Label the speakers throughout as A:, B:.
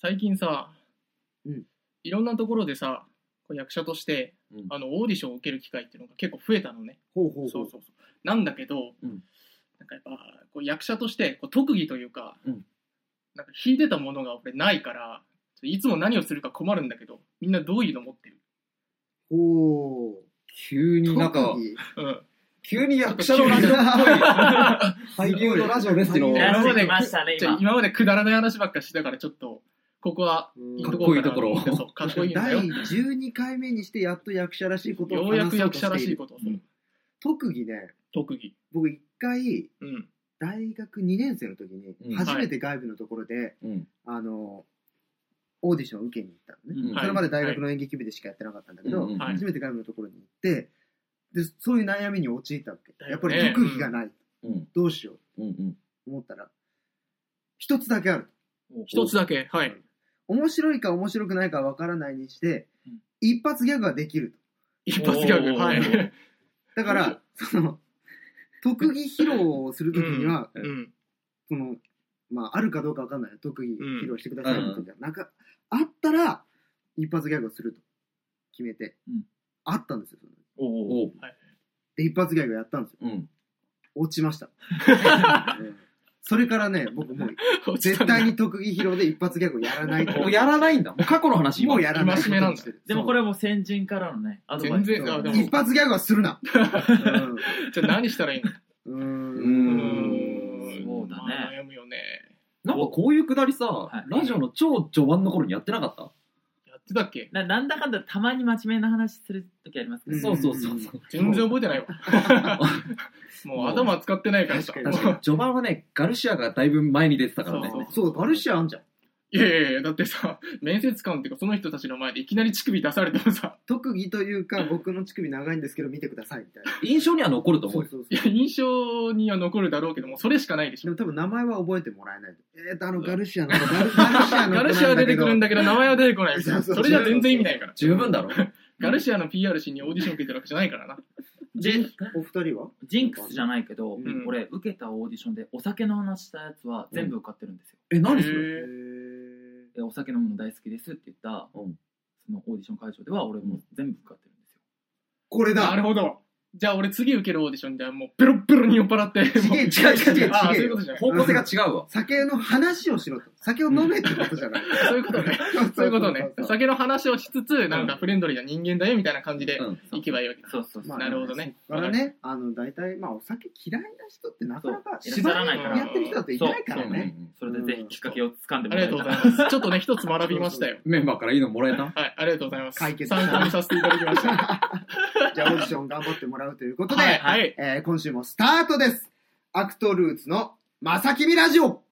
A: 最近さ、
B: うん
A: いろんなところでさ、こう役者として、
C: うん
A: オーディションを受ける機会っていうのが結構増えたのね。
B: ほうほうほう。
A: そうそうそう。なんだけど、
C: うん
A: なんかやっぱこう役者としてこう特技というか、
C: うん
A: なんか秀でたものが俺ないから、いつも何をするか困るんだけど、みんなどういうの持ってる？
B: おー。
C: 急になんか、
B: 特技
A: うん。
C: 急に役者のラジオっぽい、俳優のラジオですけど、
B: や
A: 今まで
D: 来ましたね今
A: 今までくだらない話ばっかしてたから、ちょっとここは
B: うん
A: 言っとこうかな
C: かっこいいところ
A: そうかっこいいんだ
B: 第
A: よ。
B: 12回目にしてやっと役者らしいことを
A: ようやく役者ら
B: 話そうとしている。
A: しいことをする。
B: 特技ね、
A: 特技。
B: 僕一回、
A: うん。
B: 大学2年生の時に
C: うん、
B: 初めて外部のところで、
C: うん
B: オーディションを受けに行ったのね。
C: うん
B: それまで大学の演劇部でしかやってなかったんだけど、
C: うん
A: はい
B: 初めて外部のところに行って、で、そういう悩みに陥ったわけ。
A: だよね
B: やっぱり特技がない。
C: うん
B: どうしよう
C: うんうん
B: と思ったら、一つだけある。
A: 一つだけ。はい。
B: 面白いか面白くないかわからないにして
A: うん、
B: 一発ギャグができる。
A: 一発ギャグ。はい。
B: だから、特技披露をするときには、
A: うん。
B: あるかどうかわかんない。特技披露してくださいって時は、なんか、あったら、一発ギャグをすると決めて、
C: うん
B: あったんですよ。
C: おう
B: で、一発ギャグやったんですよ。
C: うん
B: 落ちました。それからね、僕もう、
A: 落ちたんだ
B: 絶対に特技披露で一発ギャグをやらないと。
C: もうやらないんだ。もう過去の話今
B: もうやらない。
A: 戒めなんだ
D: でもこれはもう先人からのね、アドバイス。
A: 全然、あ、でも、
B: 一発ギャグはするな。
A: じゃあ何したらいいの？
D: そうだね
A: まあ悩むよね。
C: なんかこういうくだりさ、
D: はい
C: ラジオの超序盤の頃にやってなかった？
A: やってたっけ？
D: なんだかんだたまに真面目な話するときありますけど、
B: うん
C: そうそうそう。
A: 全然覚えてないわ。もう頭使ってないからさ。
B: 確かに
C: 確かに序盤はね、ガルシアがだいぶ前に出てたからね。
B: そう、ガルシアあんじゃん。
A: いやいやいや、だってさ、面接官っていうかその人たちの前でいきなり乳首出されてもさ、
B: 特技というか、僕の乳首長いんですけど見てくださいみたいな。
C: 印象には残ると思うよ。
A: いや、印象には残るだろうけども、それしかないでしょ。
B: でも多分名前は覚えてもらえない。ガルシアの子、ガルシアの子
A: ガルシアは出てくるんだけど、名前は出てこないみたいな。
B: そうそう
A: それじゃ全然意味ないから。
C: 十分だろ。
A: ガルシアの PR しにオーディション受けてるわけじゃないからな。
B: お二人は
D: ジンクスじゃないけど、
A: ん
D: 俺受けたオーディションでお酒の話したやつは全部受かってるんですよ。
C: え、何それ？
A: へ
D: でお酒飲むの大好きですって言った、
C: うん
D: そのオーディション会場では俺も全部受かってるんですよ。
B: これだ。
A: なるほど。じゃあ俺次受けるオーディションではもうペロッペロに酔っ払って。
B: 違う
A: ああ、そういうことじゃない。
C: 方向性が違うわ。
B: 酒の話をしろと。酒を飲めってことじゃない。
A: そういうことね。そういうことね。
B: そう
A: 酒の話をしつつ、なんかフレンドリーな人間だよみたいな感じで
C: うん
A: 行けばいいわけだ。
D: そうそうそう。
B: まあ
A: なるほどね。
B: そっからね、大体、お酒嫌いな人ってなかなか
D: そういらっしゃらないから
B: やってる人だっていないから
C: そう
B: ね。
D: それでぜひきっかけを掴んでも
A: あり
D: らえたら。
A: がとうございます。ちょっとね、一つ学びましたよ。
C: メンバーからいいのもらえた？
A: はい、ありがとうございます。
B: 解決
A: 参考にさせていただきました。は
B: じゃあオーディション頑張ってもらうということで、
A: い、はい。
B: 今週もスタートです。アクトルーツのまさきみラジオ。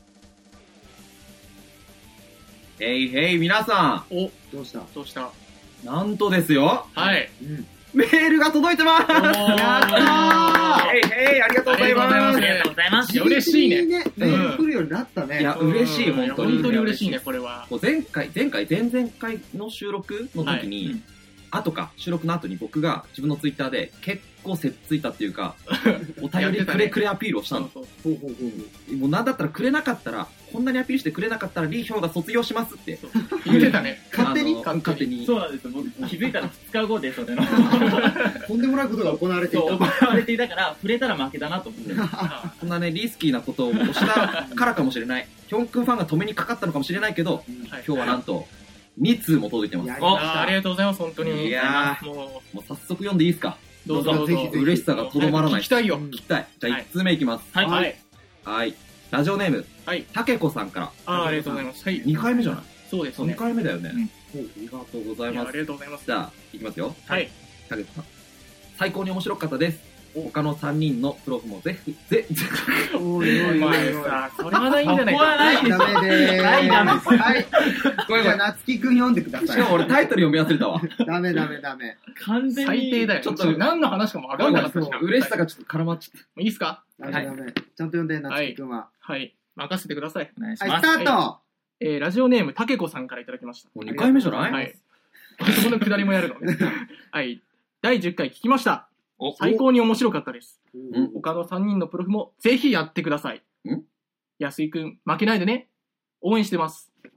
C: へいへい、皆さ
A: お、
B: どうした？
A: どうした？
C: ん。なんとですよ、
A: はい。
B: うん。
C: メールが届いてます。
A: おー
B: やったー
C: へいへい、ありがとうございます。
A: あり
D: ありがとうございます。
A: いや嬉しいね
B: メール来るようになったね。
C: いや嬉しい
A: うん
C: 本当に
A: 本当に嬉しいね、これは。
C: こう前々回の収録の時に、
D: はいうん
C: 収録の後に僕が自分のツイッターで結構せっついたっていうか、お便りくれくれアピールをしたの。
A: そう
B: ほうほうほう
C: もうなんだったらくれなかったら、こんなにアピールしてくれなかったらリーヒョウが卒業しますって。
A: そう言ってたね。
B: 勝手に
C: 勝手に。
D: そうなんですよ。僕気づいたら2日後でそれの。
B: とんでもないことが行われてい
D: そう、
B: た。
D: 行われていたから、触れたら負けだなと思って。
C: そんなね、リスキーなことをしたからかもしれない。ヒョン君ファンが止めにかかったのかもしれないけど、
A: はい
C: 今日はなんと、2通も届いてます。
B: やり
A: あ
B: ました。
A: ありがとうございます、本当に。
C: いや
A: も
C: もう早速読んでいいですか？
A: う、どうぞどうぞ。
B: ぜひぜひ
C: 嬉しさがとどまらない。
A: 聞きたいよ。
B: うん
C: 聞きたい。じゃあ
A: はい
C: 1通目いきます。
D: はい。
A: は
D: はいい。。
C: はい。ラジオネーム、
A: はい。
C: たけこさんから。
A: ありがとうございます。はい。
C: 2回目じゃない？2
A: そうですね。
C: 回目だよね。
D: うん
C: ありがとうござい
A: いやあ
C: ます。
A: りがとうございます。
C: じゃあ、いきますよ。
A: はい。
C: たけこさん。最高に面白かったです。他の3人のプロフもぜひ、
B: おいおいおい
A: お前
B: おい。
A: さ、それはないんじゃない
D: ここは
A: か。
D: ないでしょ。
B: ダメでーす。
D: はいダメです
B: はい。
C: ごめんごめん。
B: じゃあ、なつきくん読んでください。
C: しかも俺タイトル読み忘れたわ。
B: ダメダメダメ。
D: 完全に。
A: 最低だよ。
C: ちょっと
A: 何の話かも分かんなかったしな。
C: 嬉しさがちょっと絡まっちゃっ
A: いいっすか？
B: ダメダメ。ちゃんと読んで、なつきくんは。
A: はい。任せてください。
B: はい、
D: お願いします。
B: スタート。
A: ラジオネーム、たけこさんからいただきました。
C: た。もう2回目じゃない？
A: はい。そこのくだりもやるのね。はい。第10回聞きました。
D: お
A: 最高に面白かったです。
C: ん
A: 他の3人のプロフもぜひやってください。
C: ん
A: 安井くん、負けないでね。応援してます。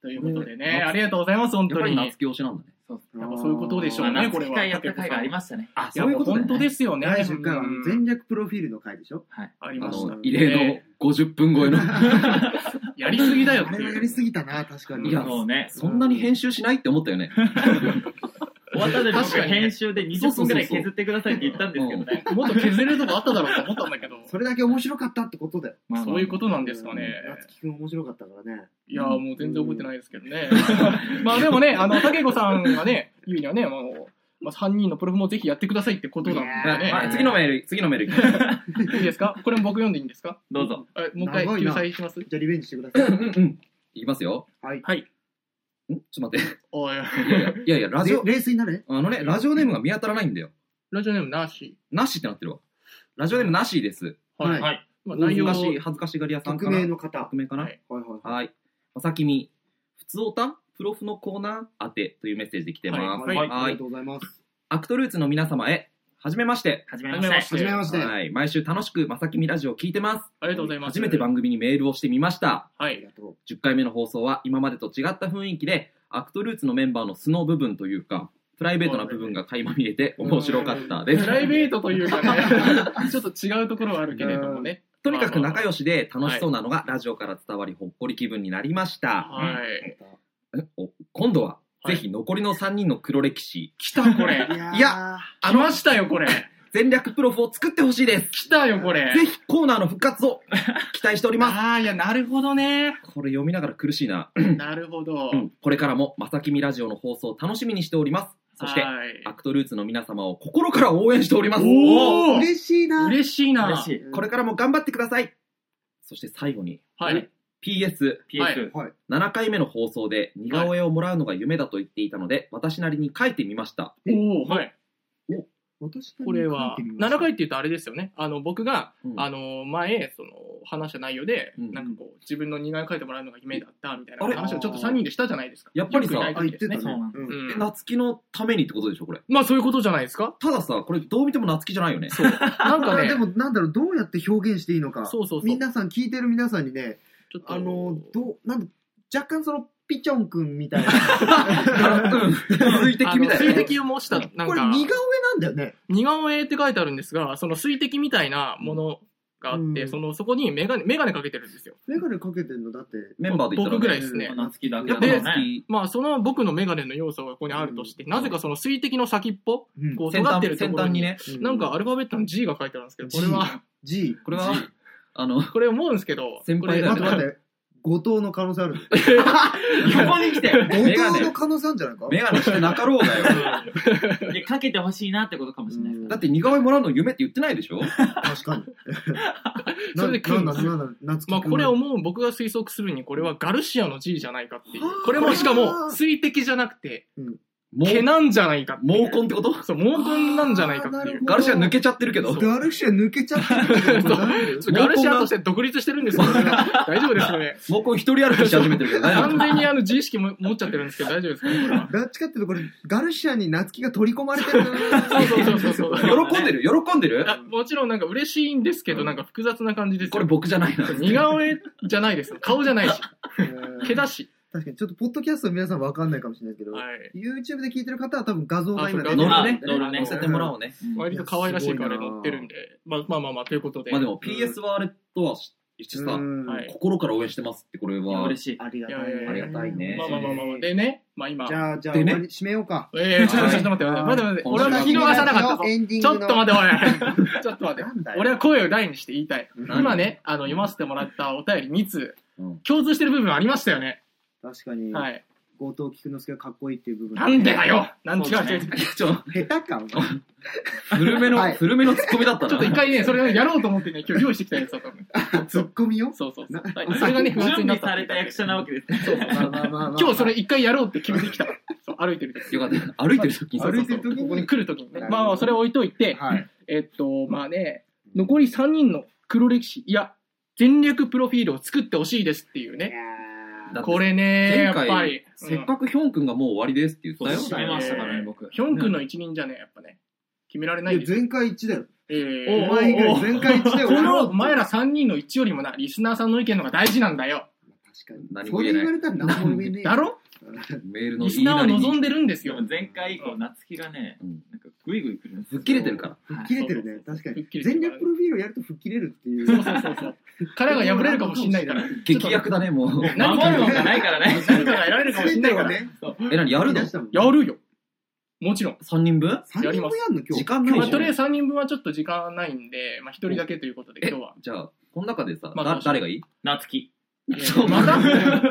A: ということでね、ありがとうございます、本当に。
C: やっぱり夏希推しなんだね。
A: やっぱそういうことでしょうね、これは。
D: 夏希会やった回がありましたね。
C: あ、
A: いや、もう本当ですよね。
B: 第10回は全略プロフィールの回でしょ。
A: ありました。
C: 異例の50分超えの。
A: やりすぎだよ
B: あれはやりすぎたな、確かに。
C: いや、
D: もうね。
C: そんなに編集しないって思ったよね。
D: 終わったで僕編集で20分くらい削ってくださいって言ったんですけどね。
A: もっと削れるとこあっただろうと思ったんだけど。
B: それだけ面白かったってことだよ。
A: そういうことなんですかね。
B: 夏希くん面白かったからね。
A: いや、もう全然覚えてないですけどね。まあでもね、竹子さんがね、言うにはね、3人のプロフもぜひやってくださいってことなんでね。
C: 次のメール。
A: いいですか？これも僕読んでいいんですか？
D: どうぞ。
A: もう一回救済します？
B: じゃあリベンジしてください。
C: いきますよ。
B: はい。
A: はい。
C: ちょっと待って。
A: おい。
C: いや、ラジオ、
B: 冷静になれ？
C: ラジオネームが見当たらないんだよ。
A: ラジオネームなし。
C: なしってなってるわ。ラジオネームなしです。
A: はい。
C: 内容恥ずかしがり屋さんかな。
B: 匿名の方。
C: 匿名かな。
B: はい。
C: まさきみ、ふつおたプロフのコーナー宛てというメッセージで来てます。
B: はい。ありがとうございます。
C: アクトルーツの皆様へ、はじめまして。
D: はじめまして。
C: はい。毎週楽しくまさきみラジオを聞いてます。
A: ありがとうございます。
C: 初めて番組にメールをしてみました。
A: はい。
C: 10回目の放送は今までと違った雰囲気で、アクトルーツのメンバーの素の部分というか、プライベートな部分が垣間見えて面白かったです。
A: プライベートというかね、ちょっと違うところはあるけれどもね。
C: とにかく仲良しで楽しそうなのがラジオから伝わりほっこり気分になりました。
A: はい。
C: 今度は、ぜひ残りの3人の黒歴史。
A: 来たこれ。
C: いや、
A: 来ましたよこれ。
C: 全略プロフを作ってほしいです。
A: 来たよこれ。
C: ぜひコーナーの復活を期待しております。
A: ああ、いや、なるほどね。
C: これ読みながら苦しいな。
A: なるほど。
C: これからもまさきみラジオの放送を楽しみにしております。そして、アクトルーツの皆様を心から応援しております。
A: おー、
B: 嬉しいな。
A: 嬉しいな。
D: 嬉しい。
C: これからも頑張ってください。そして最後に、
A: はい。
C: PS、7回目の放送で似顔絵をもらうのが夢だと言っていたので、私なりに書いてみました。
A: おー、はい。
B: こ
A: れは、7回って言うとあれですよね。僕が、前、話した内容で、なんかこう、自分の似顔絵描いてもらうのが夢だった、みたいな話をちょっと3人でしたじゃないですか。
C: やっぱりさ、
B: 言ってたね。
C: 夏希のためにってことでしょ、これ。
A: まあそういうことじゃないですか。
C: たださ、これどう見ても夏希じゃないよね。
A: そう。なんかね。
B: でも、なんだろう、どうやって表現していいのか。
A: そう。
B: 皆さん、聞いてる皆さんにね、ちょっと、若干ピチョンくんみたいな。
C: 水滴みたいな。
A: 水滴を模した、なんか。
B: これ似顔絵なんだよね。
A: 似顔絵って書いてあるんですが、その水滴みたいなものがあって、そこにメガネかけてるんですよ。
B: メガネかけてるのだって、
C: メンバーで言ったら
A: 僕ぐらいですね。
D: 夏希だけ
A: で、まあその僕のメガネの要素がここにあるとして、なぜかその水滴の先っぽ、こう尖ってるところに、なんかアルファベットの G が書いてあるんですけど、これは、
B: G。
C: これは、
A: これ思うんですけど、
C: 先輩だ
B: 待って。後藤の可能性ある。
D: 横に来て。
B: 後藤の可能性あるんじゃないか。
C: メガネしてなかろうがよ。
D: で、かけてほしいなってことかもしれない。
C: だって似顔絵もらうの夢って言ってないでしょ。
B: 確かに。
A: それで来るんですよ。
B: ま
A: あこれ僕が推測するにこれはガルシアの G じゃないかっていう。これもしかも水滴じゃなくて、毛なんじゃないかっていう。
C: 毛根ってこと？
A: そう、毛根なんじゃないかっていう。
C: ガルシア抜けちゃってるけど。
B: ガルシア抜けちゃってるけど。
A: ガルシアとして独立してるんですよ。大丈夫ですかね。
C: 毛根一人歩きし始めてるけどね。
A: 完全に自意識持っちゃってるんですけど大丈夫ですかね。
B: どっちかっていうとこれ、ガルシアに夏希が取り込まれてる。
A: そう。
C: 喜んでる
A: もちろんなんか嬉しいんですけど、なんか複雑な感じですよ。
C: これ僕じゃないな。
A: 似顔絵じゃないです。顔じゃないし。毛だし。
B: 確かに、ちょっとポッドキャストの皆さんわかんないかもしれないですけど、YouTube で聞いてる方は多分画像が今
C: 載せてもらおうね。
A: 割と可愛らしいから載ってるんで、まあ、ということで。
C: まあでも PS はあれとは一緒さ、心から応援してますって、これは。
D: 嬉しい。
B: ありがたいね。
A: まあ。でね、まあ今。
B: じゃあ、締めようか。
A: ちょっと待って。俺は聞き逃さなかったぞ。ちょっと待って、ちょっと待って。俺は声を大にして言いたい。今ね、読ませてもらったお便り2通、共通してる部分ありましたよね。
B: 確かに。
A: はい。
B: 後藤菊之助がかっこいいっていう部分。
A: なんでだよ。なん違う。
B: 下手か。
C: 古めのツッコミだったな。
A: ちょっと一回ね、それをやろうと思ってね、今日用意してきたやつだったの。
B: ツッコミよ。
A: そう。それがね、不発になった。
D: 準備された役者なわけですね。
A: そう。今日それ一回やろうって決めてきた。そう、歩いてる時。
C: よかった。歩いてる時
A: に。ここに来る時にね。まあ、それを置いといて、まあね、残り3人の黒歴史、いや、全略プロフィールを作ってほしいですっていうね。これね、やっぱり。
C: せっかくヒョン君がもう終わりですって言ったよ。
D: 決めましたからね、僕。
A: ヒョン君の一任じゃね、やっぱね。決められないです。
B: 全会一致だよ。
A: お
B: 前以外全会一致だよ。
A: このお前ら3人の1よりもな、リスナーさんの意見の方が大事なんだよ。
B: かに。
C: 何も言えない。
B: それ言われたら何も言えねえ。
A: だろ
C: メールの
A: リスナーは望んでるんです
D: で
A: よ。
D: も前回以降夏希がね、なんかグイグイ来るんですよ。
C: 吹っ切れてるから。
B: 吹っ切れてるね。確かに。
A: 吹っ切れてるから
B: 全力プロフィールをやると吹っ切れるっていう。
A: そう。殻が破れるかもしんないから。
C: 劇薬だね、もう。
D: 守るもんがないからね。
A: 何かが得られるかもしんないから。
B: ね。
C: 何やるの？
A: やるよ。もちろん。
C: 3人分？
B: 3人分やんの今日。
C: 時間ないじゃん。
A: とりあえず3人分はちょっと時間ないんで、1人だけということで今日は。
C: じゃあ、この中でさ、
A: まあ
C: 誰がいい？
D: 夏希。
A: そうまたもう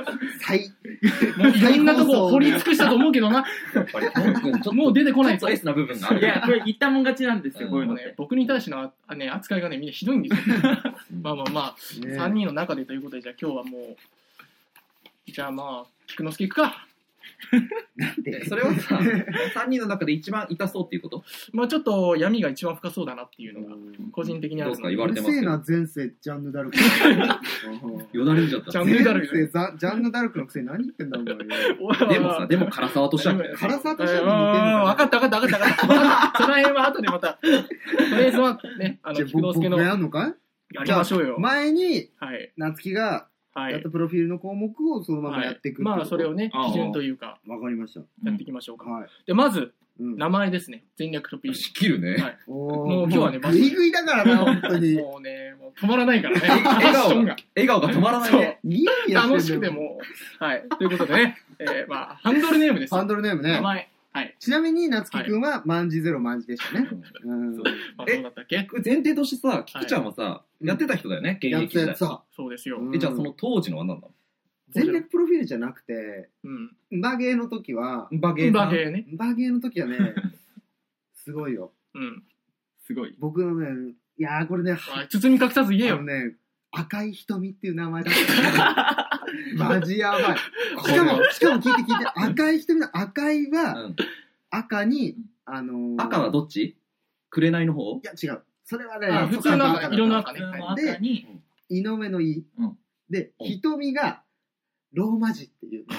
A: いろんなとこ掘り尽くしたと思うけどな。
C: やっぱり、
A: もう出てこない
C: ちょっとエースな部分がある。
D: いや、これ言ったもん勝ちなんですよ、こういうのって。
A: 僕に対しての扱いがね、みんなひどいんですよ。まあ、3人の中でということで、じゃあ今日はもう、じゃあまあ、菊之助行くか。
B: なんで
C: それはさ、3人の中で一番痛そうっていうこと？
A: まあちょっと闇が一番深そうだなっていうのが、個人的にあるので。
C: どうですか言われてますけど。
B: うるせえな、前世、ジャンヌ・ダルク。
C: よだれ出ちゃった。
A: ジャンヌ・ダルク。
B: ジャンヌ・ダルクのくせに何言ってんだ、お前。
C: でも唐沢としては。
B: 唐沢としては似てる
A: 分かった。その辺は後でまた、とりあえずはね、菊之助の。
B: 僕やんのかい？
A: やりましょうよ。
B: 前に、
A: はい。
B: 夏希が、やったプロフィールの項目をそのままやっていく。
A: まあそれをね、基準というか。
B: わかりました。
A: やっていきましょうか。
B: はい。
A: で、まず、名前ですね。全略プロフィール。
C: 仕切るね。
A: はい。もう今日はね、
B: グイグイだからな、本当に。
A: もうね、止まらないからね。
C: 笑顔が止まらないね。
A: 楽しくてもう。はい。ということでね、まあ、ハンドルネームです。
B: ハンドルネームね。
A: 名前。はい。
B: ちなみに、夏希くんは、万字ゼロ万字でしたね。
A: そうだったっけ？
C: 前提としてさ、キクちゃんはさ、やってた人だよね、現役時代。
A: そうですよ。
C: じゃあその当時のは何なの？
B: 全力プロフィールじゃなくて、馬芸の時は、
A: 馬芸ね。
B: 馬芸の時はね、すごいよ。
A: すごい。
B: 僕のね、いやーこれね、
A: 包み隠さず言えよ。
B: ね、赤い瞳っていう名前だった。マジやばい。しかも聞いて、赤い瞳の赤いは、赤に、
C: 赤はどっち？紅の方？
B: いや、違う。それはね、
A: 普通の赤、色の赤ね。
B: で、井上の井。で、瞳が、ローマ字っていう。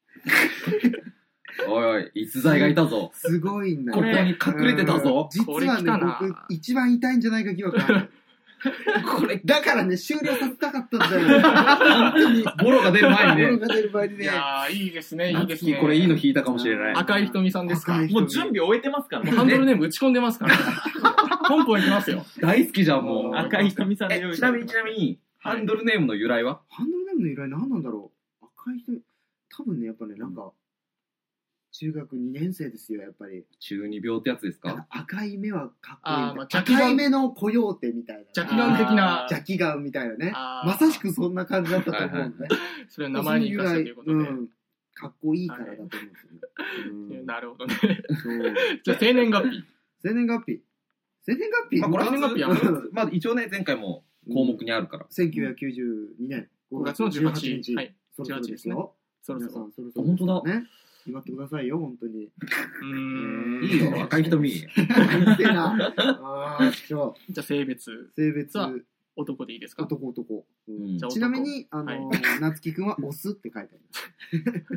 C: おい、逸材がいたぞ。
B: すごいんだ
C: ここに隠れてたぞ。
B: 実はね、僕、一番痛いんじゃないか疑惑ある。これ、だからね、終了させたかったんだよ。本当に。
C: ボロが出る前にね。
B: ボロが出る前にね。
A: いやー、いいですね、いいですね。
C: これいいの引いたかもしれない。
A: 赤い瞳さんですか？
D: もう準備終えてますからね。
A: ハンドルネーム打ち込んでますから。ポンポンいきますよ。
C: 大好きじゃん、もう。
D: 赤い瞳さんで用意
C: ちなみに、ハンドルネームの由来は？
B: ハンドルネームの由来何なんだろう？赤い瞳、多分ね、やっぱね、なんか、中学2年生ですよ、やっぱり。
C: 中二病ってやつですか？
B: 赤い目はかっこいい。
A: 赤
B: い目のコヨーテみたいな。
A: 邪気眼的な。
B: 邪気眼みたいなね。まさしくそんな感じだったと思うんで。
A: それは名前に生かしたということで。
B: かっこいいからだと思うんですよ。
A: なるほどね。じゃあ、生年月日。
B: 生年月日
C: まあ一応ね、前回も項目にあるから。
B: 1992年
A: 5月の18日。はい。
B: そろそろですよ。
A: そろそろ。
C: 本当だ。
B: ね。祝ってくださいよ、本当に。
C: いいよ、赤い瞳。
B: うるせえな。じゃ
A: あ、性別は男でいいですか？
B: 男。
A: ち
B: なみに、夏希くんはオスって書いてあります。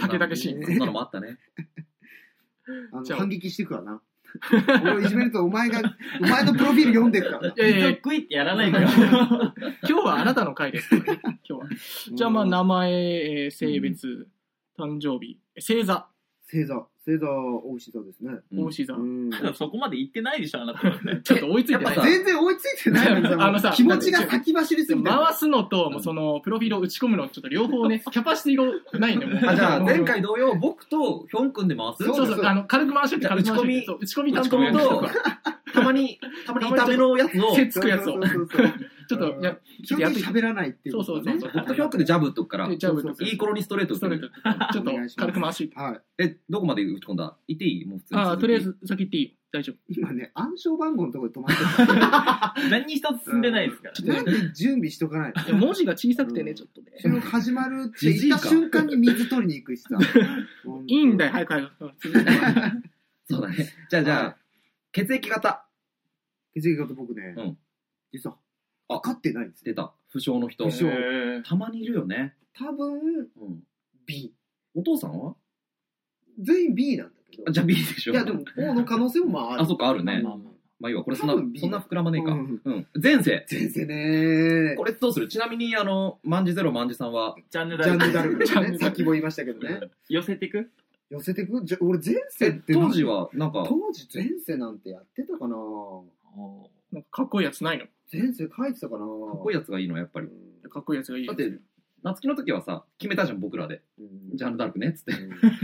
A: 竹々しい。
C: そんなのもあったね。
B: 反撃してくわな。俺をいじめるとお前のプロフィール読んでるから。
D: クイってやらないから。
A: 今日はあなたの回ですからね。今日は。じゃあまあ名前、性別、誕生日、星座。
B: 星座、大牛座ですね。
A: 大牛座。
D: そこまで言ってないでしょ、あなた。
A: ちょっと追いついてない。
B: 全然追いついてないのさ、気持ちが先走りすぎて。
A: 回すのと、その、プロフィールを打ち込むの、ちょっと両方ね、キャパシティがないんで、もう。
C: じゃあ、前回同様、僕とヒョン君で回す？
A: そう、軽く回してって、打ち込み担当と、
C: たまに痛めのやつを。
A: せっつくやつを。ちょっと、
B: 基本的に喋らないっていう。
A: そう。
C: 僕とヒョン君でジャブっとくから。いい頃にストレート。
A: ちょっと、軽く回して。
B: はい。
C: どこまで打ち込んだ？言っていい？もう普通に。
A: とりあえず、先言っていい？大丈夫。
B: 今ね、暗証番号のところで止まって
D: る。何に一つ進んでないですから。
B: なんで準備しとかないの？
A: 文字が小さくてね、ちょっとね。
B: それ始まるって言った瞬間に水取りに行くしさ。
A: いいんだよ、早く。
C: そうだね。じゃあ、血液型。
B: 血液型僕ね、実は、分かってないんです。
C: 出た。不詳の人。たまにいるよね。
B: 多分、B。
C: お父さんは？
B: 全員 B なんだけど。
C: じゃあ B でしょ。
B: いや、でも、O の可能性もまあある。
C: そっか、あるね。 まあいいわ、これそんな膨らまねえか。
B: うん。
C: 前世。
B: 前世ね
C: これどうする？ちなみに、万事ゼロ万事さんは、
D: ジャンヌ・
B: ジャンヌ・ダルク
A: ジャンヌ
B: ね。さっきも言いましたけどね。
D: 寄せていく？
B: 寄せてく？俺前世って
C: 当時は、なんか、
B: 当時前世なんてやってたかな。
A: なんかかっこいいやつないの？
B: 前世書いてたかな。か
C: かっこいいやつがいいの、やっぱり。
A: かっこいいやつがいい
C: だって、夏希の時はさ、決めたじゃん、僕らで。ジャンヌ・ダルクね、っつって。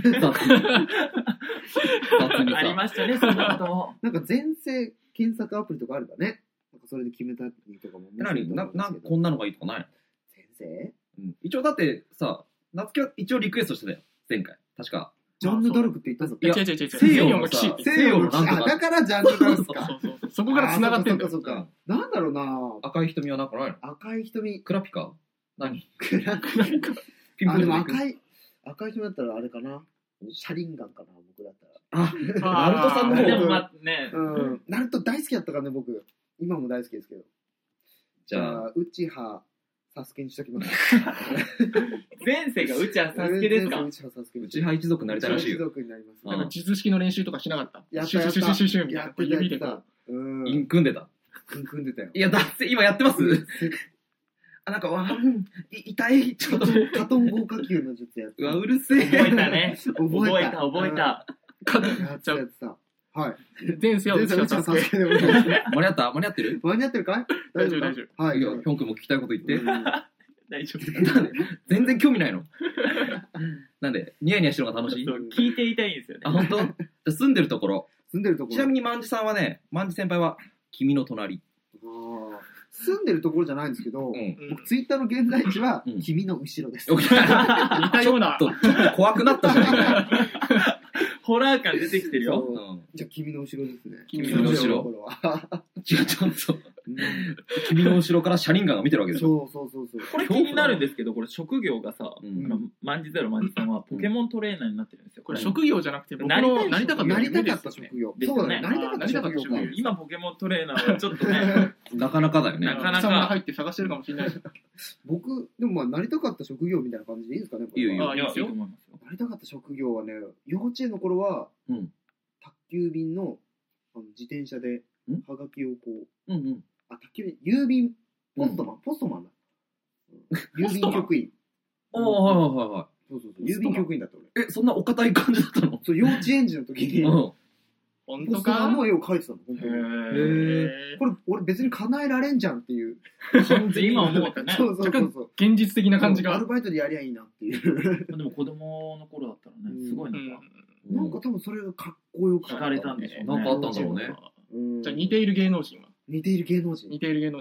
D: ありましたね、そんなことも。
B: なんか前世検索アプリとかあるんだね。なんかそれで決めたりとかも。
C: こんなのがいいとかないの？
B: 前世？
C: 一応だってさ、夏希は一応リクエストしてたよ、前回。確か。
B: ジャンヌ・ダルクって言ったぞ。
A: いや、違う。
C: 西洋の騎士。
B: 西洋の騎士。だからジャンヌ・ダルクか。
A: そこから繋がってんだよ。
B: そうか。なんだろうな。
C: 赤い瞳はなんかないの？
B: 赤い瞳。
C: クラピカ？何？
B: クラピカ。
C: ピンポン
B: でも赤い瞳だったらあれかな。シャリンガンかな、僕だったら。
C: ナルトさんの方。
D: でもまあね。
B: ナルト大好きだったからね、僕。今も大好きですけど。
C: じゃあ、
B: ウチハ、サスケにしときます。
D: 前世がウチハサスケですか？
B: ウチハサスケ。
C: ウチハ一族になりたいらしいよ。
B: 一族になります。
A: なんか術式の練習とかしなかった？
B: やった。
A: シュシュシュシュシュシュみたいな。指でこ
B: う。
C: イン組んでた。
B: 組んでたよ。
C: いや、だって今やってます？なんか、痛い。ちょっと。
B: カトン豪華球の術やって。
C: うわ、うるせえ。
D: 覚えたね。
B: 覚えた。
D: や
B: ってた。はい。
A: 前世はうちはサスケ。
C: 間に合ってる？
B: 間に合ってるかい？
A: 大丈夫。
B: はい。
C: ヒョン君も聞きたいこと言って。
D: 大丈夫。
C: 全然興味ないの。なんで、ニヤニヤしてるのが楽しい？
D: 聞いていたいんですよね。
C: あ、本当？じゃあ住んでるところ。ちなみ
B: に、
C: に万事さんはね、万事先輩は、君の隣。
B: 住んでるところじゃないんですけど、僕ツイッターの現在地は、君の後ろです。
A: 似たような。
C: ちょっと怖くなったじゃないか。
D: ホラー感出てきてるよ。
B: じゃあ君の後ろですね。
C: 君の後ろ。ちょっと。君の後ろからシャリンガンが見てるわけでしょ。
B: そう。
D: これ気になるんですけど、これ職業がさ、万事ゼロ万事さんはポケモントレーナーになってるんですよ。
A: これ職業じゃなくて僕のなりたかった
B: 職業。
D: そうだね。
B: なりたかった職業。
D: 今ポケモントレーナーはちょっとね。
C: なかなかだよね。
A: なかなか入って探してるかもしれない。
B: 僕、でもまあなりたかった職業みたいな感じでいいですかね？
C: いいよ。
D: いいですよ。
B: なりたかった職業はね、幼稚園の頃は、宅急便の自転車でハガキをこう、宅急便、郵便、ポストマンだ。郵便局員。
C: はい。
B: そう。郵便局員だった俺。
C: そんなお堅い感じだったの？
B: そう、幼稚園児の時に、
A: 本
B: 当かの絵を描いてたの、本当に。これ、俺別に叶えられんじゃんっていう。
D: 今思ったね。
B: そう。
A: 現実的な感じが。
B: アルバイトでやりゃいいなっていう。
D: でも子供の頃だったらね、すごい
B: なんか多分それがかっこよく
D: 聞かれたんでしょうね。
C: なんかあったんだろうね。
A: じゃあ似ている芸能人は？
B: 似ている芸能人。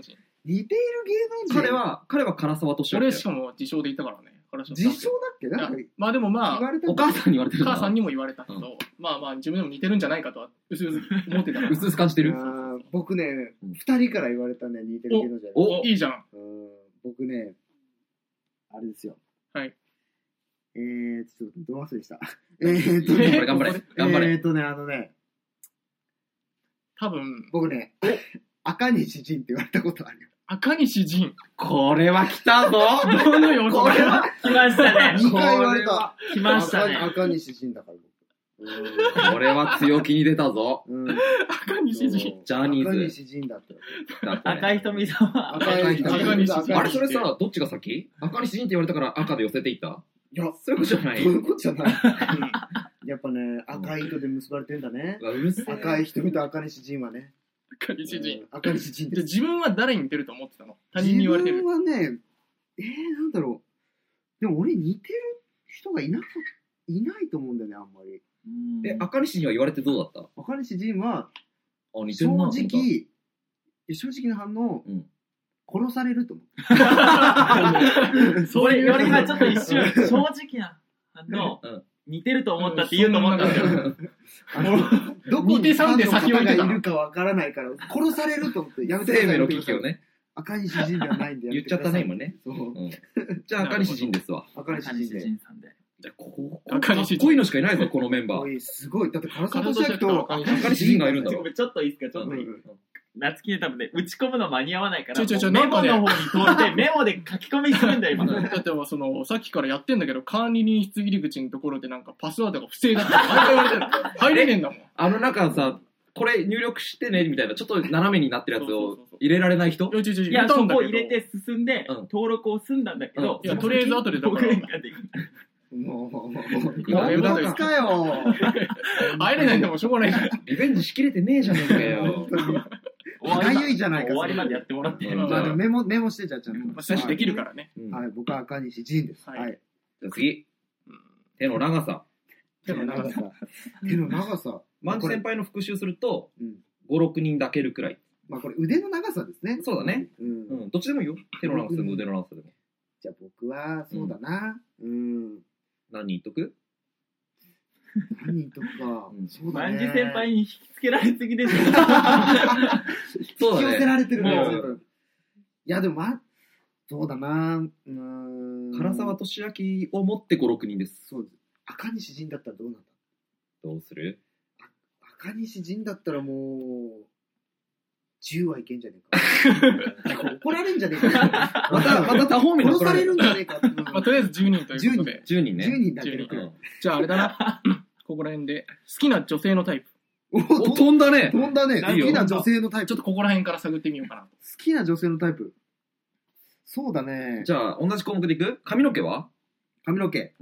C: 彼は唐沢とし
A: 俺しかも自称で言ったからね。
B: 自称だっけ？なんか
A: まあでも
C: お母さんに言われてる。
A: 母さんにも言われたけど、まあ自分でも似てるんじゃないかとはうすうす思ってたから。
C: うすうす感じてる？
B: 僕ね、2人から言われたね、似てる芸能人。
A: お、いいじゃん。
B: 僕ね、あれですよ。
A: はい。
B: ちょっとど忘れした。
C: 頑張れ。
A: 多分、
B: 僕ね、赤西仁って言われたことあるよ。
A: 赤西仁。
C: これは来たぞ。
A: どのよ、
D: これは来ましたね。
B: 2回言われた。
D: 来ましたね。
B: 赤西仁だから
C: 僕。これは強気に出たぞ。
A: 赤西仁。
C: ジャニーズ。
B: 赤西仁だった。
D: 赤い瞳さんは。
A: 赤西仁。
C: あれそれさ、どっちが先？赤西仁って言われたから赤で寄せていった？
B: いや、
C: そういうことじゃない。
B: そういうことじゃない。やっぱね、赤い糸で結ばれてんだね。赤い瞳と赤西仁はね。
A: 赤西仁。
B: 赤西仁です。
A: 自分は誰に似てると思ってたの？他人に言われてる。
B: 自分はね、なんだろう。でも俺似てる人がいないと思うんだよね、あんまり。
C: 赤西仁は言われてどうだった？
B: 赤西仁は、
C: 正直
B: な反応、殺されると思
D: う。それよりはちょっと一瞬、正直な反応、似てると思ったって言うと思ったんだよ。
B: どこにファンの方がいるかわからないから、殺されると思って、やめてください。
C: 生命の危機をね。
B: 赤西仁ではないんで
C: 言っちゃったね、今ね。じゃあ赤西仁ですわ。
B: 赤西仁
D: さんで。
C: かっこいいのしかいないぞ、このメンバー。
B: すごい。だって唐沢俊明と
C: 赤西仁がいるんだろ。
D: ちょっといいですか、ちょっといい。夏希で多分ね、打ち込むの間に合わないから、
A: メ
D: モの方に通ってメモで書き込みするんだよ、今。
A: だってさっきからやってんだけど、管理人室入り口のところでなんかパスワードが不正だって毎回言われてる。入れねえんだもん。
C: なんかさ、 これ入力してねみたいなちょっと斜めになってるやつを入れられない人。
D: いやそこ入れて進んで登録を済んだんだけど、
A: いやとりあえず後でだから
B: もう
A: 今
B: 無駄かよ。
A: 入れないんだもんしょうがないじゃん。
C: リベンジしきれてねえじゃねえかよ。
B: かゆいじゃないか。
D: 終わりまでやってもらって。
B: メモしてじゃあちゃんと。
A: 摂取できるからね。
B: はい、僕は赤西仁です。はい。
C: じゃあ次。手の長さ。
B: 手の長さ。
C: マンチ先輩の復習すると、5、6人抱けるくらい。
B: まあこれ腕の長さですね。
C: そうだね。どっちでもいいよ。手の長さでも腕の長さでも。
B: じゃあ僕は、そうだな。
C: 何人いっとく？
B: 何人いっとくか。
D: そうだね。マンジ先輩に引きつけられすぎでしょ。
B: 引き寄せられてるね。いやでもそうだな。
C: 唐沢俊明を持って5、6人です。
B: そうです。赤西仁だったらどうなんだ？
C: どうする？
B: 赤西仁だったらもう10はいけんじゃねえか。怒られんじゃねえか。また他方面に殺されるんじゃねえか。
A: まあとりあえず10人ということで。
C: 10人ね。
B: 10人だけで。
A: じゃああれだな。ここら辺で好きな女性のタイプ。
C: 飛んだね。
B: 飛んだね。好きな女性のタイプ。
A: ちょっとここら辺から探ってみようかな。
B: 好きな女性のタイプ。そうだね。
C: じゃあ同じ項目でいく？髪の毛は？
B: 髪の毛。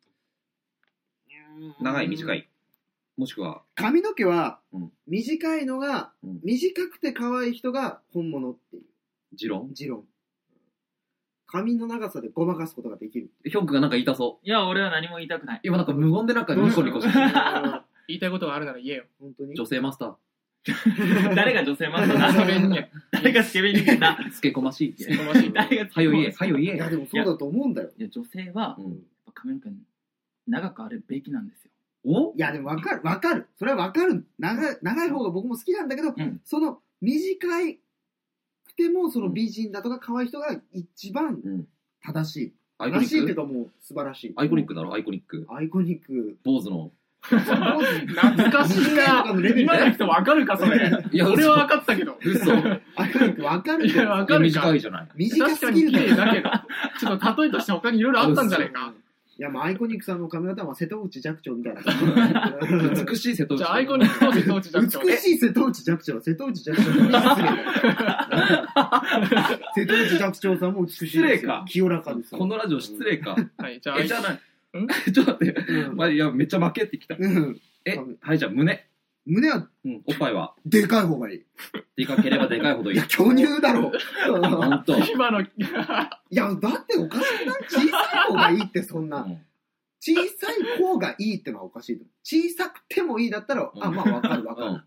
C: 長い短い。もしくは
B: 髪の毛は短いのが、短くて可愛い人が本物っていう。
C: 持論。
B: 髪の長さでごまかすことができる。
C: ヒョンクがなんか言いたそう。
D: いや俺は何も言いたくない。
C: 今なんか無言でなんかニコニコしてる。
A: 言いたいことがあるなら言えよ。
B: 本当に。
C: 女性マスター。
D: 誰が女性マスターだ？誰がスケベに言った？
C: スケこましい。
A: スケこましい。
D: 誰が
C: はよ言え。はよ言え。
B: いやでもそうだと思うんだよ。
D: いや女性は髪の毛長くあるべきなんですよ。
B: いやでも分かる。それは分かる。長い方が僕も好きなんだけど、その短くてもその美人だとか可愛い人が一番正しい。正しいっていうかもう素晴らしい。
C: アイコニックだろ、アイコニック。坊主の。
A: 懐かしいな。今の人分かるかそれ。いや俺は分かったけど。
C: 嘘。
B: アイコニック分かるけど。
A: 分かる
C: 短いじゃない。
B: 短すぎる
A: だけど。ちょっと例えとして他にいろいろあったんじゃないか。
B: いや、まあ、アイコニックさんの髪型は瀬戸内寂聴みたいな。
C: 美しい瀬戸内。
A: じゃあ、アイコニックと瀬戸内寂聴。
B: 美しい瀬戸内寂聴。瀬戸内寂聴さんも失礼。瀬戸内寂聴さんも美しい。
C: 失礼か。
B: 清らかです。
C: このラジオ失礼か。
A: はい、じゃあ、
C: じゃない。ちょっと待って。いや、めっちゃ負けってきた。はい、じゃあ、胸は、おっぱいは
B: でかい方がいい。
C: でかければでかいほどいい。
B: いや、巨乳だろ。
C: ほんと。
A: 今の。
B: いや、だっておかしくない？小さい方がいいってそんな。小さい方がいいってのはおかしい。小さくてもいいだったら、まあわかる。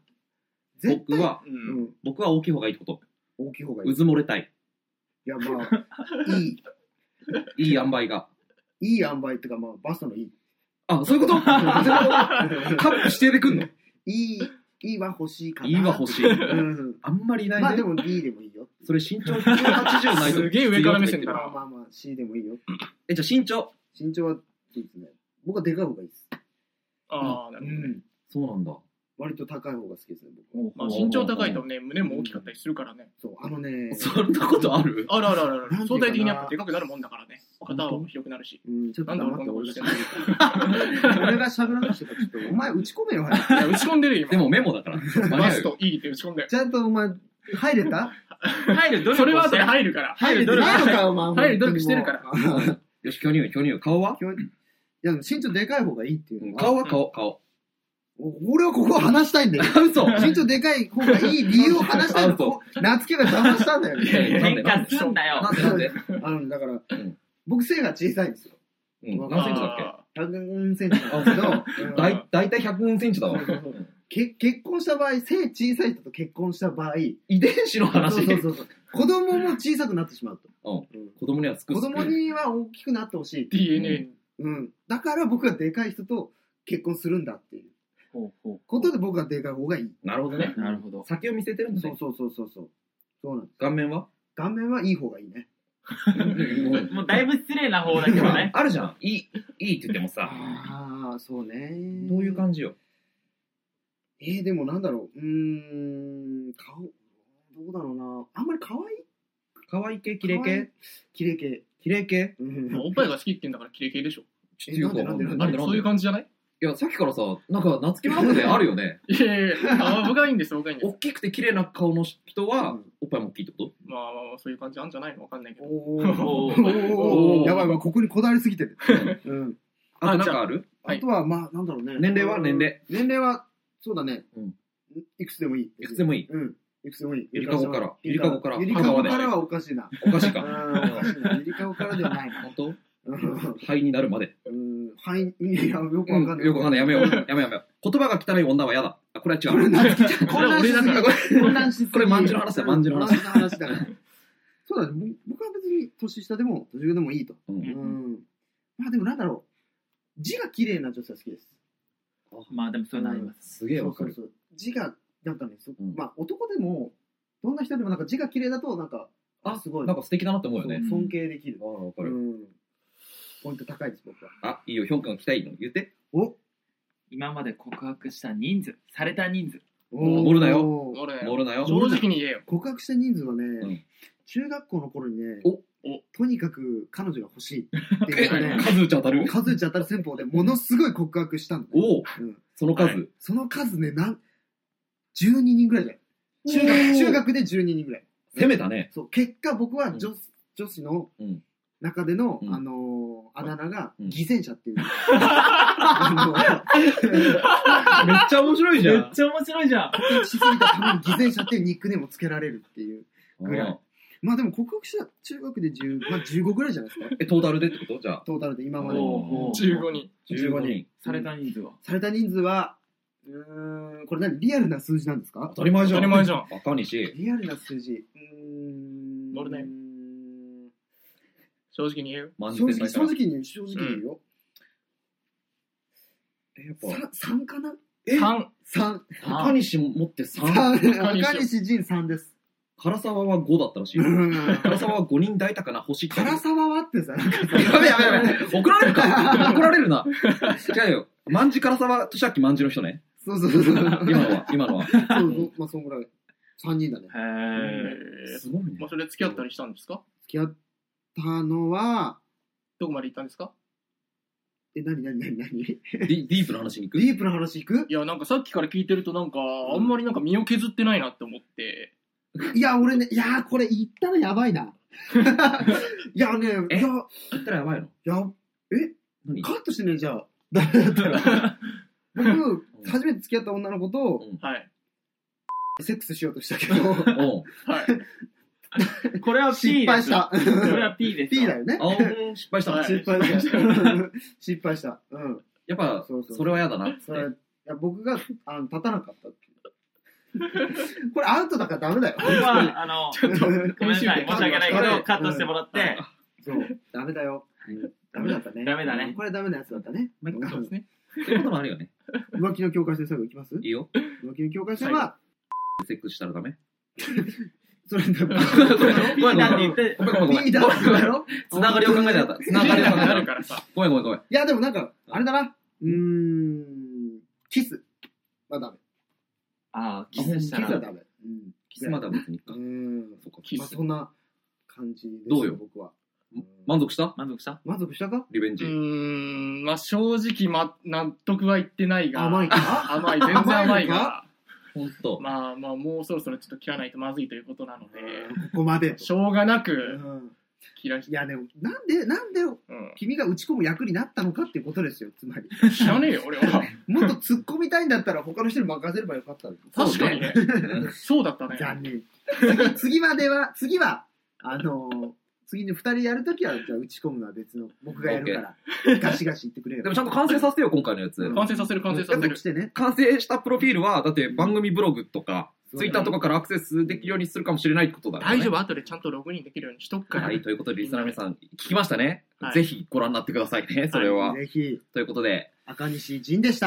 C: 僕は大きい方がいいってこと。
B: 大きい方がいい。
C: うずもれたい。
B: いや、まあ、い
C: い塩梅が。
B: いい塩梅っていうか、まあ、バストのいい。
C: あ、そういうことカップ指定でくんの？
B: いいは欲しいかな。
C: いいは欲しい。あんまりいないね。
B: まあでも D でもいいよ。
C: それ身長180ないと。
A: すげえ上から目線だな。
B: まあ C でもいいよ。
C: じゃあ身長
B: は、いいですね。僕はでかい方がいいです。
A: ああ、なるほどね。
C: そうなんだ。
B: 割と高い方が好きですね、
A: 僕。まあ身長高いとね、胸も大きかったりするからね。
B: そう、
C: そんなことある？
A: ある。相対的にやっぱでかくなるもんだからね。肩は広くなるし。
B: ちょっと黙って俺が喋らなくてちょっと、お前打ち込めよ、
A: 打ち込んでるよ、今。
C: でもメモだから。
A: バストいいって打ち込んで。
B: ちゃんとお前、入れた？
A: それは後で入るから。
B: 入る努力
A: してるから。
C: よし、巨乳。顔は？
B: いや、身長でかい方がいいっていうのは。
C: 顔は顔。
B: 俺はここを話したいんだよ。
C: 嘘。
B: 身長でかい方がいい理由を話したいんだよ。夏希が邪魔したんだよ。
D: 変化すんだよ。
C: なんで
B: だから、僕背が小さいんですよ。
C: 何センチだっ
B: け？ 100センチなんですけど。
C: だいたい100センチだわ。
B: 結婚した場合、背小さい人と結婚した場合、
C: 遺伝子の話。
B: そう。子供も小さくなってしまうと。
C: 子供には
B: 子供には大きくなってほしい。
A: DNA。
B: だから僕はでかい人と結婚するんだっていうことで僕はでかい方がいい。
C: なるほどね。
D: なるほど。
C: 先を見せてるんだね。
B: そう。そうなんです。
C: 顔面
B: はいい方がいいね。
D: もうだいぶ失礼な方だけどね。
C: あるじゃん。いいって言ってもさ。
B: ああ、そうね。
C: どういう感じよ。
B: でもなんだろう。顔、どうだろうな。あんまり可
C: 愛い系、綺麗系？
B: 綺麗系。
C: 綺麗系？
A: おっぱいが好きって言うんだから綺麗系でしょ。
B: なんで
A: そういう感じじゃない？
C: いや、さっきからさ、なんか、夏希の中であるよね。
A: いやいやいや、僕はいいんです、僕はいいんです。
C: 大きくて綺麗な顔の人は、おっぱいも大きいってこと？
A: まあ、そういう感じあんじゃないのわかんないけど。
B: おー。やばいわ、ここにこだわりすぎてる。うん。
C: あとなんかある？
B: あとは、まあ、なんだろうね。
C: 年齢は年齢
B: は、そうだね。いくつでもいい。
C: いくつでもいい。
B: うん。いくつでもいい。
C: ゆりかごから。
B: ゆりかごからはおかしいな。
C: おかしいか。
B: おかしいな。ゆりかごからではないな。
C: 本当？肺になるまで。
B: 肺、いや、よくわかんない。
C: よくわかんない。やめよう。言葉が汚い女は嫌だ。これは違う。
B: これ俺だから。
C: これ、まんじゅうの話だ、まんじゅうの話
B: だね。そうだね。僕は別に年下でも、年上でもいいと。まあでもなんだろう。字が綺麗な女性は好きです。
D: まあでもそうなります。
C: すげえわかる。
B: 字が、なんかね、まあ男でも、どんな人でもなんか字が綺麗だと、なんか、すごい。
C: なんか素敵だなって思うよね。
B: 尊敬できる。
C: わかる。
B: ポイント高いです、僕は。
C: あ、いいよ、評価が来たいの言って。
D: 今まで告白した人数、された人数。
C: 盛るなよ。盛るなよ。
A: 正直に言えよ。
B: 告白した人数はね、中学校の頃にね、とにかく彼女が欲しいっていうね、
C: 数打ち当たる
B: 戦法でものすごい告白したんだ。
C: その数
B: その数ね、12人ぐらいじゃない。中学で12人ぐらい。
C: 攻めたね。
B: そう、結果僕は女子の中での、あだ名が、偽善者っていう。めっ
C: ちゃ面白いじゃん。
D: めっちゃ面白いじゃん。
B: 告白しすぎたために偽善者っていうニックネームをつけられるっていうぐらい。まあでも告白した中学で15ぐらいじゃないですか。
C: トータルでってことじゃあ。
B: トータルで今まで。
A: 15
B: 人。
D: された人数は
B: された人数は、これ何リアルな数字なんですか？
C: 当たり前じゃん。
A: 赤
B: 西。リアルな数字。
A: 乗るね。正直に言うよ。
B: 正直に言うよ。
C: やっぱ
B: 3かな
A: ？3。
C: 赤西持って3。
B: 赤西仁3です。
C: 唐沢は5だったらしい。唐沢は5人抱いたかな星。
B: 唐沢はってさ。
C: やべ。怒られるか。怒られるな。違うよ。万事唐沢としゃき万事の人ね。
B: そう。
C: 今のは。
B: そう、まあそんぐらい。3人だね。
A: すごいね。それ付き合ったりしたんですか？
B: 付き合ったのは、
A: どこまで行ったんですか？
B: 何
C: ディープな話に行く？
B: ディープな話行く？
A: いや、なんかさっきから聞いてるとなんか、あんまりなんか身を削ってないなって思って。
B: いや、俺ね、これ言ったらやばいな。いやね、
C: 言ったらやばいの？
B: カットしてね、じゃあ。だったら。僕、初めて付き合った女の子と、セックスしようとしたけど、
D: これは P
B: 失敗した。
D: これは P です。
B: P だよね。
C: 失敗した。
B: 失敗した。
C: やっぱ、それは嫌だなって。
B: 僕が立たなかったっていう。これアウトだからダメだよ。
D: これは、ちょっと、ごめんなさい。申し訳ないけど、カットしてもらって。
B: そう、ダメだよ。ダメだったね。
D: ダメだね。
B: これダメなやつだったね。
A: そうですね。
C: そういうこともあるよね。
B: 浮気の境界線最後いきます？い
C: いよ。
B: 浮気の境界線は、
C: セックスしたらダメ？
B: それだ。
C: ごめん。
B: リーダーだろ？
C: つながりを考えてた。つながりを考えるからさ。ごめん。
B: いや、でもなんか、あれだな。キスはダメ。
D: キスしたら。
B: キスはダメ。
C: キスまだ別にか。
B: そっか、キス。そんな感じです。
C: どうよ、
B: 僕は。
C: 満足した
B: か？
C: リベンジ。
A: まあ正直、納得はいってないが。
B: 甘い。
A: 全然甘いが。
C: ほんと。
A: まあ、もうそろそろちょっと切らないとまずいということなので。
B: ここまで。
A: しょうがなく、切らして。
B: いや、でも、なんで、君が打ち込む役になったのかっていうことですよ、つまり。
A: 知らねえよ、俺は。
B: もっと突っ込みたいんだったら他の人に任せればよかったんです。
A: 確かにね。そうだったね。
B: 残念。次は、次に2人やるときは、じゃあ打ち込むのは別の、僕がやるから、ガシガシ言ってくれよ。
C: でもちゃんと完成させてよ、今回のやつ。
A: 完成させる。完成
C: したプロフィールは、だって番組ブログとか、ツイッターとかからアクセスできるようにするかもしれないってことだね。
A: 大丈夫、後でちゃんとログインできるようにしとくから。
C: はい、ということで、リスナーの皆さん、聞きましたね。ぜひご覧になってくださいね、それは。
B: ぜひ。
C: ということで、
B: 赤西仁でした。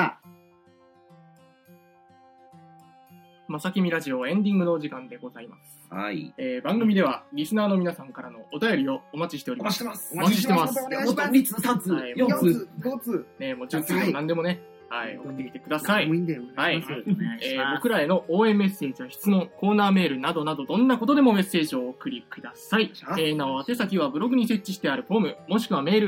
A: まさきみラジオエンディングのお時間でございます。
C: はい。
A: 番組ではリスナーの皆さんからのお便りをお待ちしております。
B: お待ちしてます。
C: もっと2通、3通、4通、
B: 5通。
A: ね、もう10通でも何でもね、送ってきてください。
B: はい。
A: 僕らへの応援メッセージや質問、コーナーメールなどなどどんなことでもメッセージをお送りください。なお、宛先はブログに設置してあるフォーム、もしくはメール、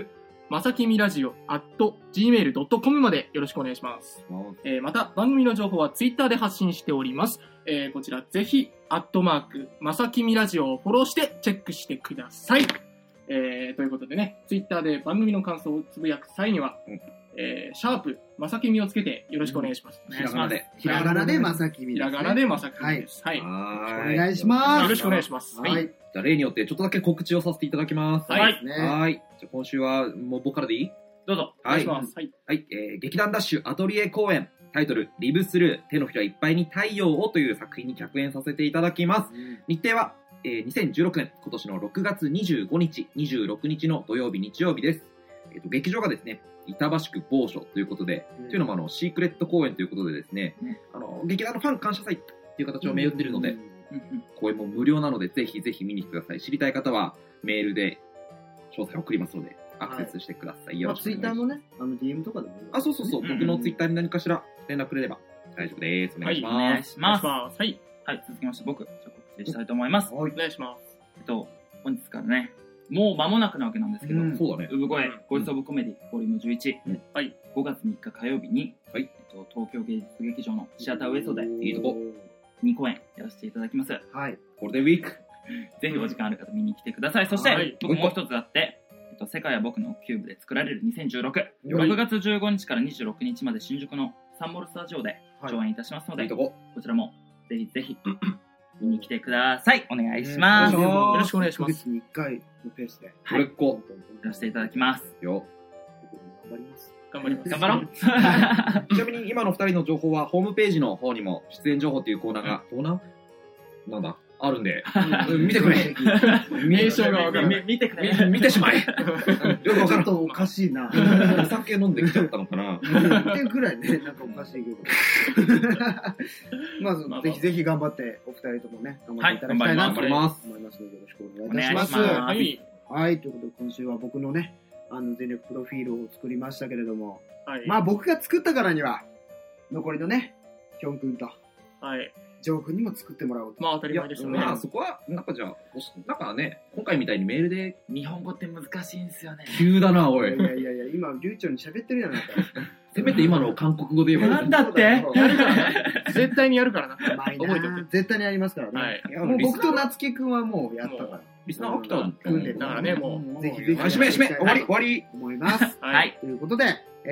A: まさきみラジオ @gmail.com までよろしくお願いします。また、番組の情報はツイッターで発信しております。こちら、ぜひ、まさきみラジオをフォローしてチェックしてください。ということでね、ツイッターで番組の感想をつぶやく際には、シャープまさきみをつけてよろしくお願いします。
C: ひらがなで。
B: ひらがなでまさきみです、ね。
A: ひらがなでまさきみです。はい。
B: お願いします。
A: よろしくお願いします。
C: はい。じゃあ例によってちょっとだけ告知をさせていただきます。
A: はい。
C: はい。じゃあ今週はもう僕からでいい？
A: どうぞ。お願いします。はい。
C: はい。劇団ダッシュアトリエ公演。タイトル、リブスルー、手のひらいっぱいに太陽をという作品に客演させていただきます。日程は、2016年、今年の6月25日、26日の土曜日、日曜日です。劇場がですね、板橋区某所ということで、というのもシークレット公演ということでですね、劇団のファン感謝祭という形を銘打っているので、公演も無料なので、ぜひぜひ見に来てください。知りたい方はメールで詳細を送りますので、アクセスしてください。よろしくお願いします。
B: ツイッターのね、DM とかでもいい。
C: そう。僕のツイッターに何かしら連絡くれれば大丈夫です。お願いします。
D: お願いします。
A: はい。
D: はい、続きまして僕、告知したいと思います。
A: お願いします。
D: 本日からね、もう間もなくなわけなんですけど、
C: そうだね。
D: 産声、ボイスオブコメディ、ボリューム11、はい、5月3日火曜日に、はい、東京芸術劇場のシアターウエストで、
C: いいとこ、
D: 2公演やらせていただきます。
B: はい。
C: ゴールデンウィーク。
D: ぜひお時間ある方見に来てください。そして、僕もう一つあって、世界は僕のキューブで作られる2016、6月15日から26日まで新宿のサンモルスタジオで上演いたしますので、こちらもぜひぜひ見に来てください。お願いします。
A: よろしくお願いします。
B: 1ヶ月に1回のペースで。
C: はい。や
D: らせていただきます。
C: よ。
B: 頑張ります。
A: 頑張ります。
D: 頑張ろう。
C: ちなみに今の2人の情報はホームページの方にも出演情報っていうコーナーが、なんだあるんで、見てくれ。
A: 名称がわからない。
D: 見てくれ。
C: 見てしまえ。
B: よくわかるとおかしいな。
C: お酒飲んできちゃったのかな。
B: っていうくらいね、なんかおかしいけど。まず、ぜひぜひ頑張って、お二人ともね、頑張っていただきたいなと思いますので、よろしくお願いいたします。はい。ということで、今週は僕のね、全力プロフィールを作りましたけれども、まあ僕が作ったからには、残りのね、ヒョン君と、ジョー君にも作ってもらおうと。
A: まあ当たり前ですよね。
C: まあそこは、なんかじゃあ、なんかね、今回みたいにメールで。
D: 日本語って難しいんですよね。
C: 急だな、おい。
B: いや、今、流暢に喋ってるやないか。
C: せめて今の韓国語で言えば
D: なんだって
A: やるからね。絶対にやるからな。
B: 覚えておいて。絶対にやりますからね。もう僕と夏樹くんはもうやったから。
C: リスナー飽きたん
A: だからね、もう。
B: ぜひぜひ。
C: 締め、終わり。
B: 思います。
A: はい。
B: ということで、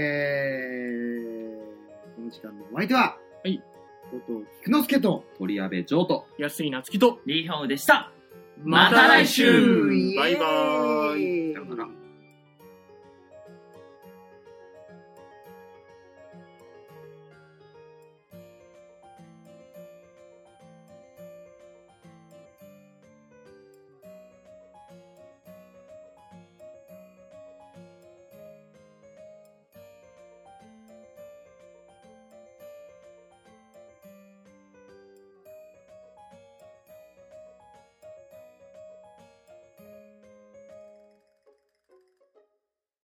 B: この時間のお相手は、後藤菊之助と、
C: 鳥矢部城と、
A: 安井夏樹と、
D: リーヒョンウでした。
A: また来週
B: バイバーイ。